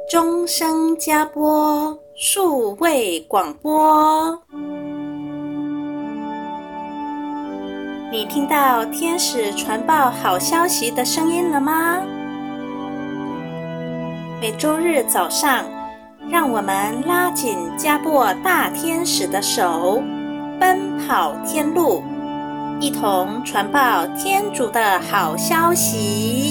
钟声加播数位广播。你听到天使传报好消息的声音了吗？每周日早上，让我们拉紧加播大天使的手，奔跑天路，一同传报天主的好消息。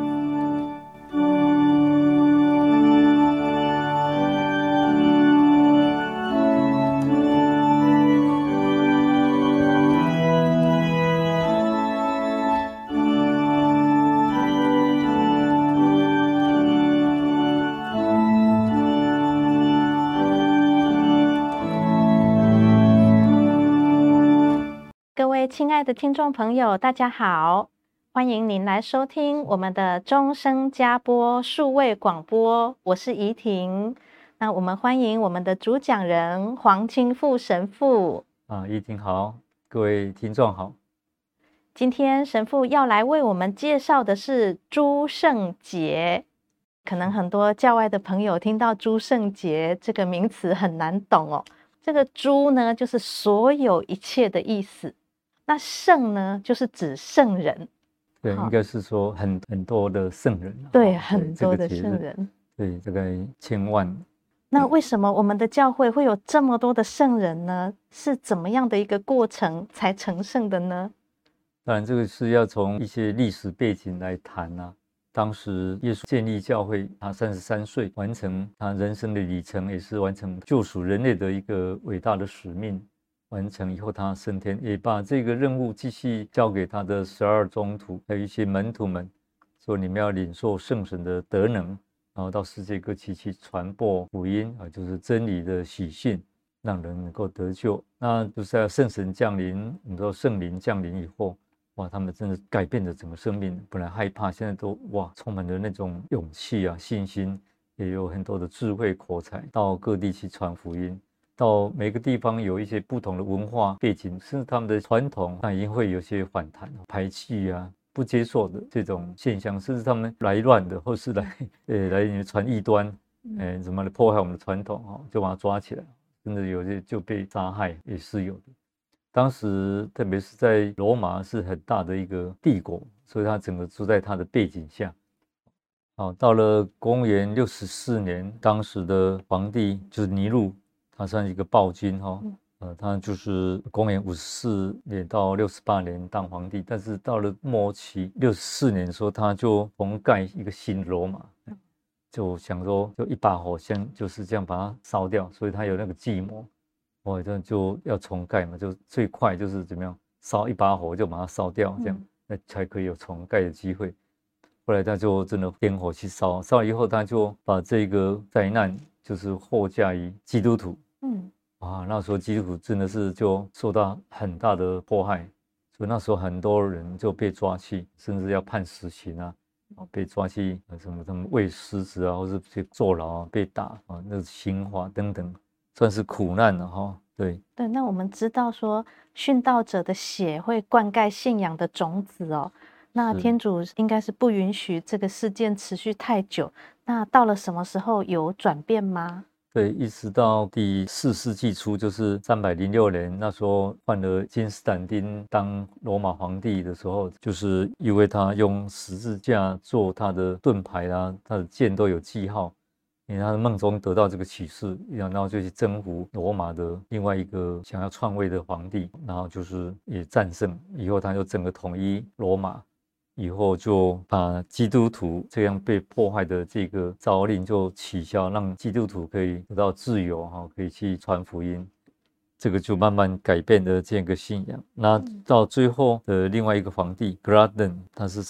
各位亲爱的听众朋友，大家好，欢迎您来收听我们的钟声加播数位广播，我是怡婷。那我们欢迎我们的主讲人黄清富神父。 怡婷好，各位听众好。 今天神父要来为我们介绍的是诸圣节。可能很多教外的朋友听到诸圣节这个名词很难懂哦。这个诸呢，就是所有一切的意思。那圣呢，就是指圣人。 对，应该是说很多的圣人。 对，很多的圣人。 对，这个千万。 那为什么我们的教会会有这么多的圣人呢？是怎么样的一个过程才成圣的呢？ 当然，这个是要从一些历史背景来谈啊。当时耶稣建立教会，他33岁完成他人生的里程，也是完成救赎人类的一个伟大的使命。完成以后，他升天，也把这个任务继续交给他的12宗徒，还有一些门徒们，说你们要领受圣神的德能，然后到世界各地去传播福音啊，就是真理的喜讯，让人能够得救。那就是要圣神降临，你知道圣灵降临以后，哇，他们真的改变了整个生命。本来害怕，现在都充满了那种勇气啊、信心，也有很多的智慧口才，到各地去传福音。到每个地方有一些不同的文化背景，甚至他们的传统，那已经会有些反弹、排斥啊、不接受的这种现象，甚至他们来乱的，或是来传异端，怎么来破坏我们的传统，就把他抓起来，甚至有些就被杀害，也是有的。当时特别是在罗马是很大的一个帝国，所以它整个都在它的背景下。到了公元64年，当时的皇帝就是尼禄。他算是一个暴君他就是公元54年到68年当皇帝，但是到了末期64年的时候，他就重盖一个新罗马，就想说就一把火先就是这样把它烧掉，所以他有那个计谋，就要重盖嘛，就最快就是怎么样烧一把火就把它烧掉，这样那才可以有重盖的机会。后来他就真的点火去烧，烧了以后他就把这个灾难就是祸嫁于基督徒。那时候基督徒真的是就受到很大的迫害，所以那时候很多人就被抓去，甚至要判死刑啊，被抓去什么喂狮子啊，或是去坐牢啊，被打啊，那刑罚等等，算是苦难了对， 那我们知道说殉道者的血会灌溉信仰的种子哦。那天主应该是不允许这个事件持续太久。那到了什么时候有转变吗？ 对，一直到第4世纪初，就是306年，那时候换了君士坦丁当罗马皇帝的时候，就是因为他用十字架做他的盾牌啊，他的剑都有记号，因为他的梦中得到这个启示，然后就去征服罗马的另外一个想要篡位的皇帝，然后就是也战胜，以后他就整个统一罗马。以后就把基督徒这样被迫害的这个诏令就取消，让基督徒可以得到自由，可以去传福音。这个就慢慢改变了这个信仰。那到最后的另外一个皇帝 Grandin， 他是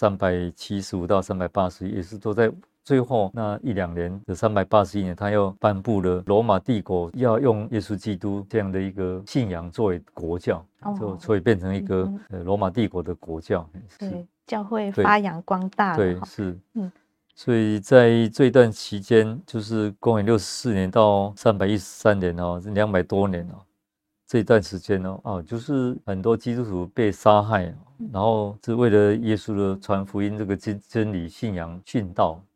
375到381，也是都在最后那1-2年的381年，他又颁布了罗马帝国要用耶稣基督这样的一个信仰作为国教，所以变成一个罗马帝国的国教。 对，教会发扬光大了。 对，是。所以在这段期间，就是公元64年到313年是200多年这一段时间就是很多基督徒被杀害，然后是为了耶稣的传福音这个真理信仰殉道，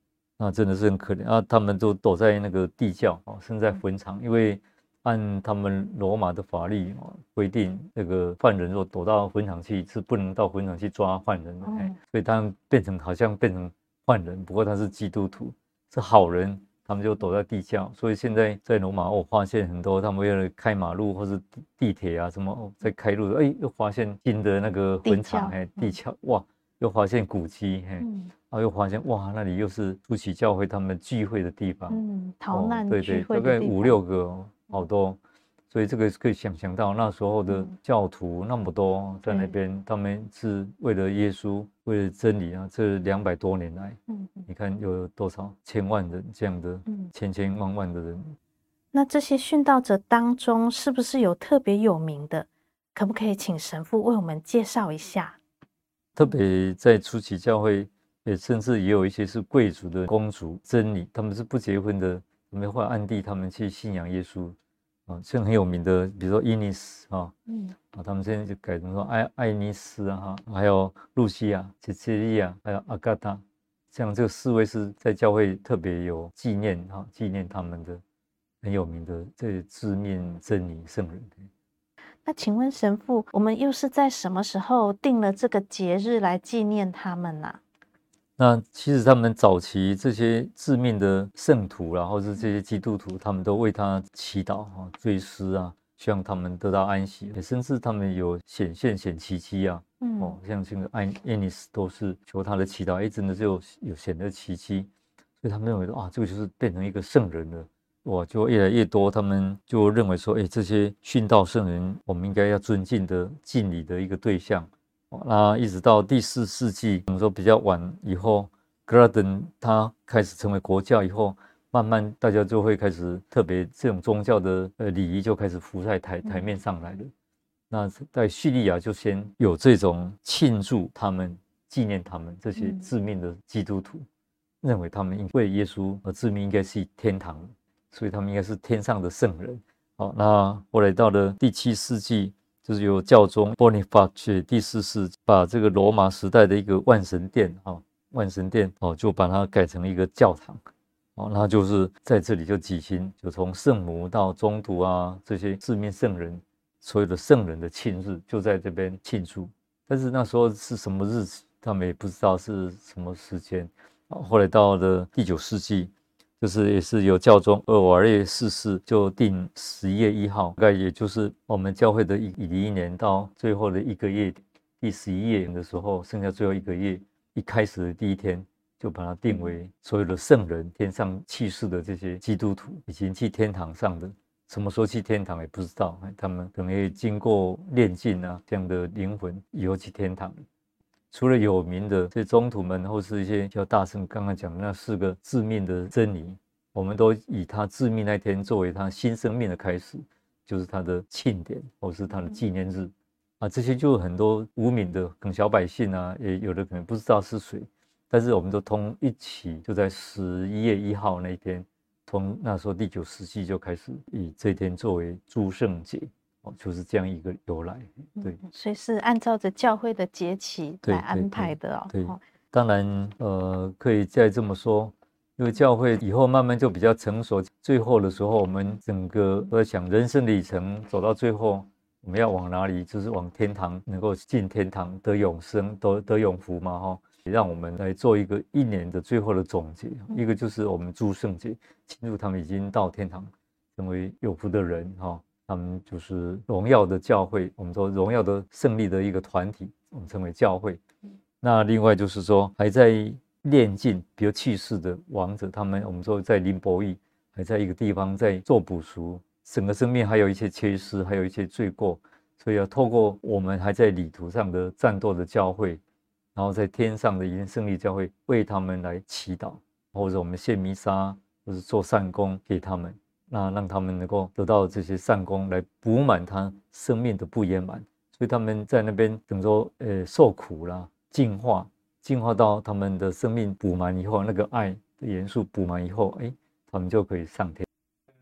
那真的是很可怜啊！他们都躲在那个地窖生在坟场，因为按他们罗马的法律规定，那个犯人若躲到坟场去，是不能到坟场去抓犯人的，所以他们好像变成犯人，不过他是基督徒，是好人，他们就躲在地窖。所以现在在罗马，我发现很多他们为了开马路或是地铁啊什么，在开路，又发现新的那个坟场，地窖，哇，又发现古迹，又发现哇，那里又是初期教会他们聚会的地方， 逃难聚会的地方， 大概5-6个，好多。所以这个可以想象到那时候的教徒那么多在那边，他们是为了耶稣，为了真理啊，这200多年来，你看有多少千万人这样的，千万万的人。 那这些殉道者当中，是不是有特别有名的？可不可以请神父为我们介绍一下？ 特别在初期教会，甚至也有一些是贵族的公主、真理，他们是不结婚的，他们会暗地他们去信仰耶稣。像很有名的，比如说伊尼斯他们现在就改成说爱尼斯还有露西亚、切切利亚，还有阿嘎达，像这个4位是在教会特别有纪念他们的很有名的这自命真理圣人。 那请问神父，我们又是在什么时候定了这个节日来纪念他们呢？ 那其实他们早期这些致命的圣徒啦，或是这些基督徒，他们都为他祈祷追思希望他们得到安息，甚至他们有显奇迹像这个爱尼斯都是求他的祈祷，真的就有显得奇迹，所以他们认为说这个就是变成一个圣人了，就越来越多，他们就认为说，这些殉道圣人，我们应该要尊敬的、敬礼的一个对象。那一直到第4世纪，我们说比较晚以后，格拉登他开始成为国教以后，慢慢大家就会开始特别这种宗教的礼仪就开始浮在台面上来了。那在叙利亚就先有这种庆祝他们、纪念他们这些致命的基督徒，认为他们为耶稣而致命，应该是天堂，所以他们应该是天上的圣人。那后来到了第7世纪。就是由教宗 Boniface 第4世把这个罗马时代的一个万神殿就把它改成一个教堂，那就是在这里就举行，就从圣母到宗徒这些致命圣人，所有的圣人的庆日就在这边庆祝。但是那时候是什么日子，他们也不知道是什么时间。后来到了第9世纪。也是由教宗厄瓦略4世就定11月1号，大概也就是我们教会的一年到最后的1个月，第11月的时候，剩下最后1个月，一开始的第一天，就把它定为所有的圣人，天上去世的这些基督徒，已经去天堂上的，什么时候去天堂也不知道，他们可能也经过炼尽这样的灵魂，以后去天堂。除了有名的这些宗徒们，或是一些比较大圣刚刚讲的那4个致命的真理，我们都以他致命那天作为他新生命的开始，就是他的庆典或是他的纪念日这些就很多无名的可能小百姓也有的可能不知道是谁，但是我们都一起就在11月1号那一天，从那时候第9世纪就开始以这一天作为诸圣节。就是这样一个由来，对， 所以是按照着教会的节期来安排的对，当然，可以再这么说，因为教会以后慢慢就比较成熟，最后的时候，我们整个都在想人生里程走到最后，我们要往哪里？就是往天堂，能够进天堂得永生，得永福嘛，让我们来做一个1年的最后的总结。一个就是我们诸圣节，庆祝他们已经到天堂，成为有福的人，他们就是荣耀的教会，我们说荣耀的胜利的一个团体，我们称为教会。那另外就是说还在炼尽，比如去世的亡者，我们说在灵薄狱，还在一个地方在做补赎，整个生命还有一些缺失，还有一些罪过，所以要透过我们还在旅途上的战斗的教会，然后在天上的已经胜利教会，为他们来祈祷，或者我们献弥撒，或者做善功给他们，那让他们能够得到这些善功来补满他生命的不圆满，所以他们在那边等于说受苦啦，净化到他们的生命补满以后，那个爱的元素补满以后，他们就可以上天。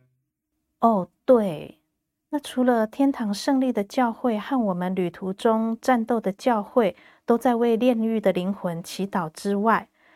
对，那除了天堂胜利的教会和我们旅途中战斗的教会都在为炼狱的灵魂祈祷之外，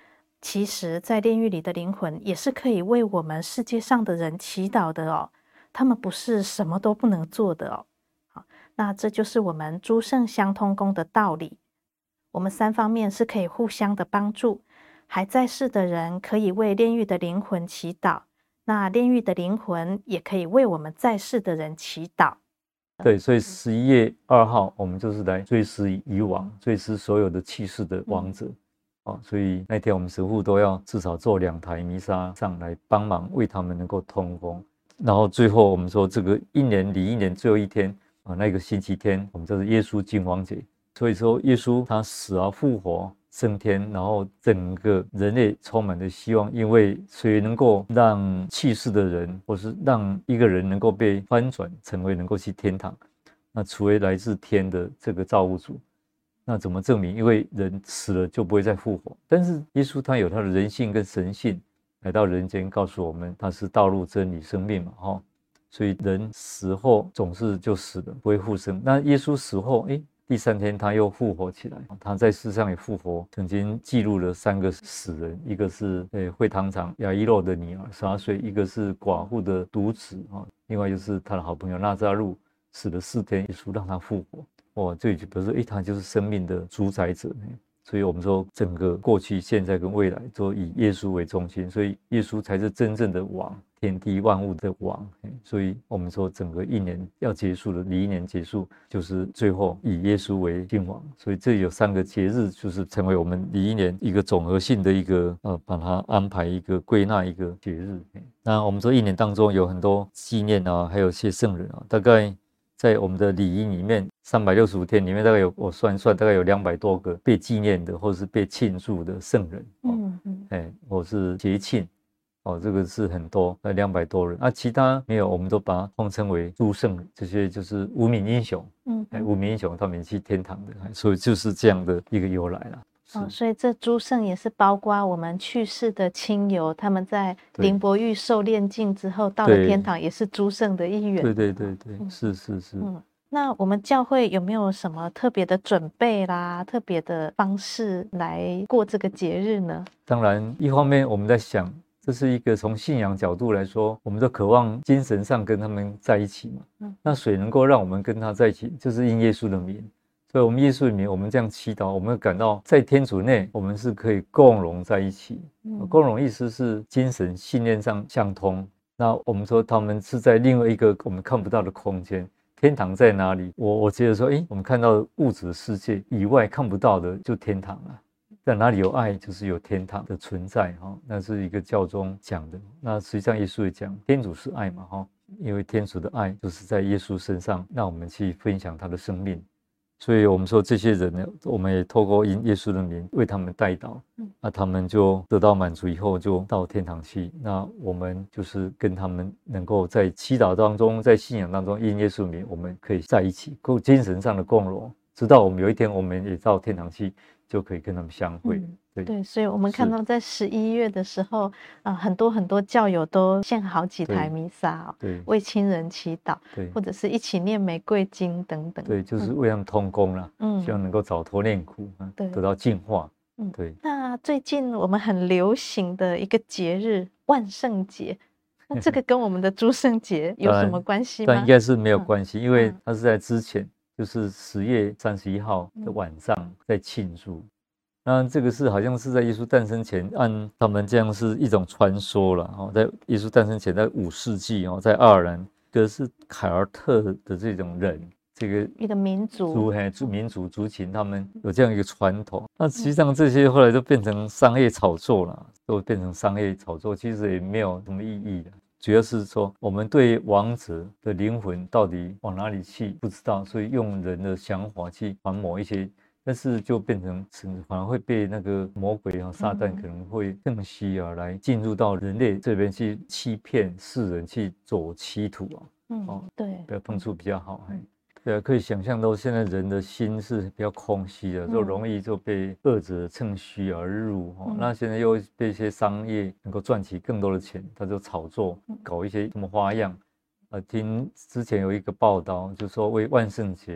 其实在炼狱里的灵魂也是可以为我们世界上的人祈祷的哦，他们不是什么都不能做的哦。好，那这就是我们诸圣相通功的道理。我们三方面是可以互相的帮助，还在世的人可以为炼狱的灵魂祈祷，那炼狱的灵魂也可以为我们在世的人祈祷。 对，所以11月2号我们就是来追思以往，追思所有的去世的亡者。所以那天我们神父都要至少做2台弥撒上来帮忙，为他们能够通风。然后最后我们说这个一年礼一年最后一天那个星期天，我们叫做耶稣金黄节。所以说耶稣他死而复活升天，然后整个人类充满了希望，因为谁能够让去世的人，或是让一个人能够被翻转成为能够去天堂，那除非来自天的这个造物主。那怎么证明？因为人死了就不会再复活，但是耶稣他有他的人性跟神性来到人间，告诉我们他是道路真理生命嘛，所以人死后总是就死了，不会复生。那耶稣死后第3天他又复活起来，他在世上也复活，曾经记录了3个死人，一个是会堂长亚伊洛的女儿12岁，一个是寡妇的独子，另外就是他的好朋友拉扎路死了4天，耶稣让他复活。这就比如说他就是生命的主宰者。所以我们说整个过去现在跟未来都以耶稣为中心，所以耶稣才是真正的王，天地万物的王。所以我们说整个一年要结束的礼一年结束，就是最后以耶稣为君王。所以这有3个节日，就是成为我们礼一年一个总和性的一个把它安排一个归纳一个节日。那我们说一年当中有很多纪念还有一些圣人大概在我们的礼仪里面365天里面，大概有我算大概有200多个被纪念的或是被庆祝的圣人，或是节庆，这个是很多，200多人。其他没有，我们都把它统称为诸圣，这些就是无名英雄，无名英雄他们去天堂的，所以就是这样的一个由来啦。 所以这诸圣也是包括我们去世的亲友，他们在灵伯狱受炼尽之后到了天堂，也是诸圣的一员。 对，是。 那我们教会有没有什么特别的准备啦，特别的方式来过这个节日呢？ 当然，一方面我们在想，这是一个从信仰角度来说，我们都渴望精神上跟他们在一起嘛。那谁能够让我们跟他在一起，就是因耶稣的名。所以我们耶稣的名，我们这样祈祷，我们会感到在天主内，我们是可以共融在一起。共融意思是精神信念上相通。那我们说他们是在另外一个我们看不到的空间。天堂在哪里？我觉得说，我们看到物质世界以外看不到的就天堂了。在哪里有爱，就是有天堂的存在那是一个教宗讲的。那实际上耶稣也讲，天主是爱嘛因为天主的爱就是在耶稣身上，让我们去分享他的生命。所以我们说这些人呢，我们也透过因耶稣的名为他们代祷，那他们就得到满足以后就到天堂去。那我们就是跟他们能够在祈祷当中，在信仰当中因耶稣的名，我们可以在一起，够精神上的共融，直到我们有一天我们也到天堂去，就可以跟他们相会。 对，所以我们看到在11月的时候很多教友都献好几台弥撒为亲人祈祷，或者是一起念玫瑰经等等。 对，就是为他们通功啦，希望能够早脱念苦，得到净化。对。 那最近我们很流行的一个节日万圣节，那这个跟我们的诸圣节有什么关系吗？ 但应该是没有关系，因为它是在之前，就是10月31号的晚上在庆祝。那这个是好像是在耶稣诞生前，按他们这样是一种传说了在耶稣诞生前，在5世纪在爱尔兰，这是凯尔特的这种人，这个一个民族民族族群，他们有这样一个传统。那实际上这些后来都变成商业炒作了，都变成商业炒作，其实也没有什么意义的。主要是说我们对亡者的灵魂到底往哪里去不知道，所以用人的想法去传播一些。但是就变成反而会被那个魔鬼撒旦可能会趁虚而来，进入到人类这边去欺骗世人，去走歧途对， 不要碰触比较好。对，可以想象到现在人的心是比较空虚的，就容易就被恶者趁虚而入那现在又被一些商业能够赚取更多的钱，他就炒作搞一些什么花样听之前有一个报道，就说为万圣节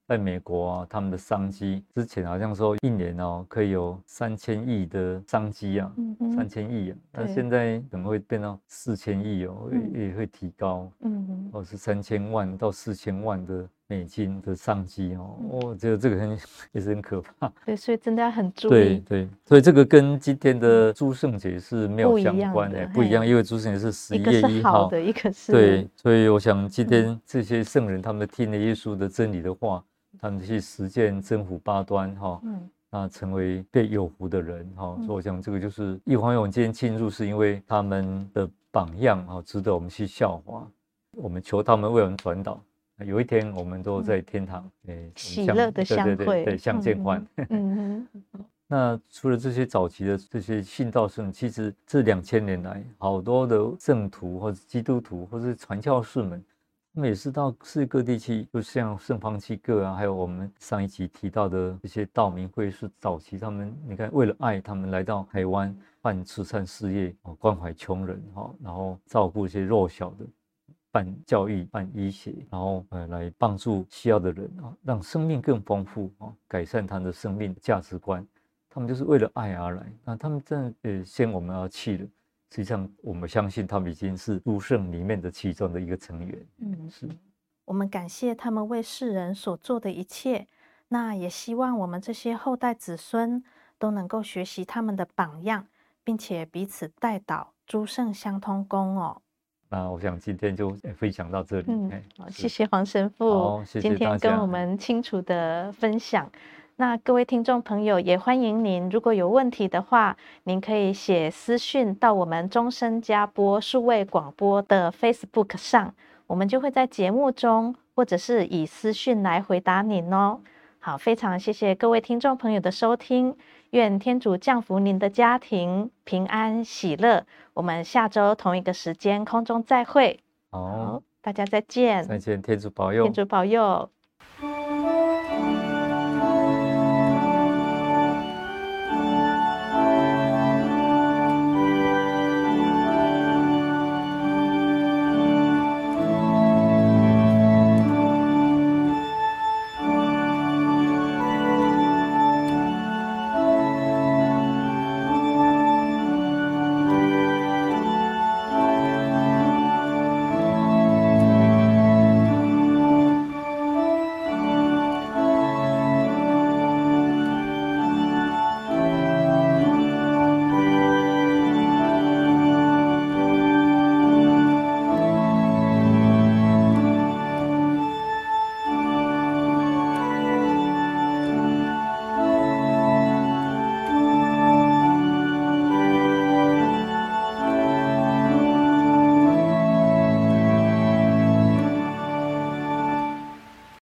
在美国啊，他们的商机之前好像说一年可以有3000亿的商机啊，3000亿啊，那现在可能会变到4000亿哦，也会提高，或是3000万到4000万的美金的商机哦，我觉得这个也是很可怕。 对，所以真的要很注意。 对，所以这个跟今天的诸圣节是没有相关的， 不一样，因为诸圣节是11月1号， 一个是好的，一个是对，所以我想今天这些圣人他们听了耶稣的真理的话，他们去实践真福八端那成为被有福的人所以我想这个就是一方面我们今天庆祝是因为他们的榜样值得我们去效法，我们求他们为我们传导，有一天我们都在天堂喜乐的相会， 对相见欢。那除了这些早期的这些信道圣，其实这2000年来好多的圣徒或者基督徒或者传教士们，他们也是到世界各地去，就像圣方济各啊，还有我们上一集提到的这些道明会是早期他们你看为了爱他们来到台湾办慈善事业，关怀穷人然后照顾一些弱小的，办教育办医学，然后来帮助需要的人让生命更丰富改善他的生命价值观，他们就是为了爱而来。那他们真的先我们要去了，实际上我们相信他们已经是诸圣里面的其中的一个成员。是我们感谢他们为世人所做的一切，那也希望我们这些后代子孙都能够学习他们的榜样，并且彼此代祷，诸圣相通功哦。 那我想今天就分享到这里。 谢谢黄神父， 谢谢今天跟我们清楚的分享。那各位听众朋友，也欢迎您，如果有问题的话，您可以写私讯到我们终身加播数位广播的 Facebook 上，我们就会在节目中或者是以私讯来回答您哦。好，非常谢谢各位听众朋友的收听，愿天主降福您的家庭平安喜乐。我们下周同一个时间空中再会。好，大家再见。 再见，天主保佑。 天主保佑。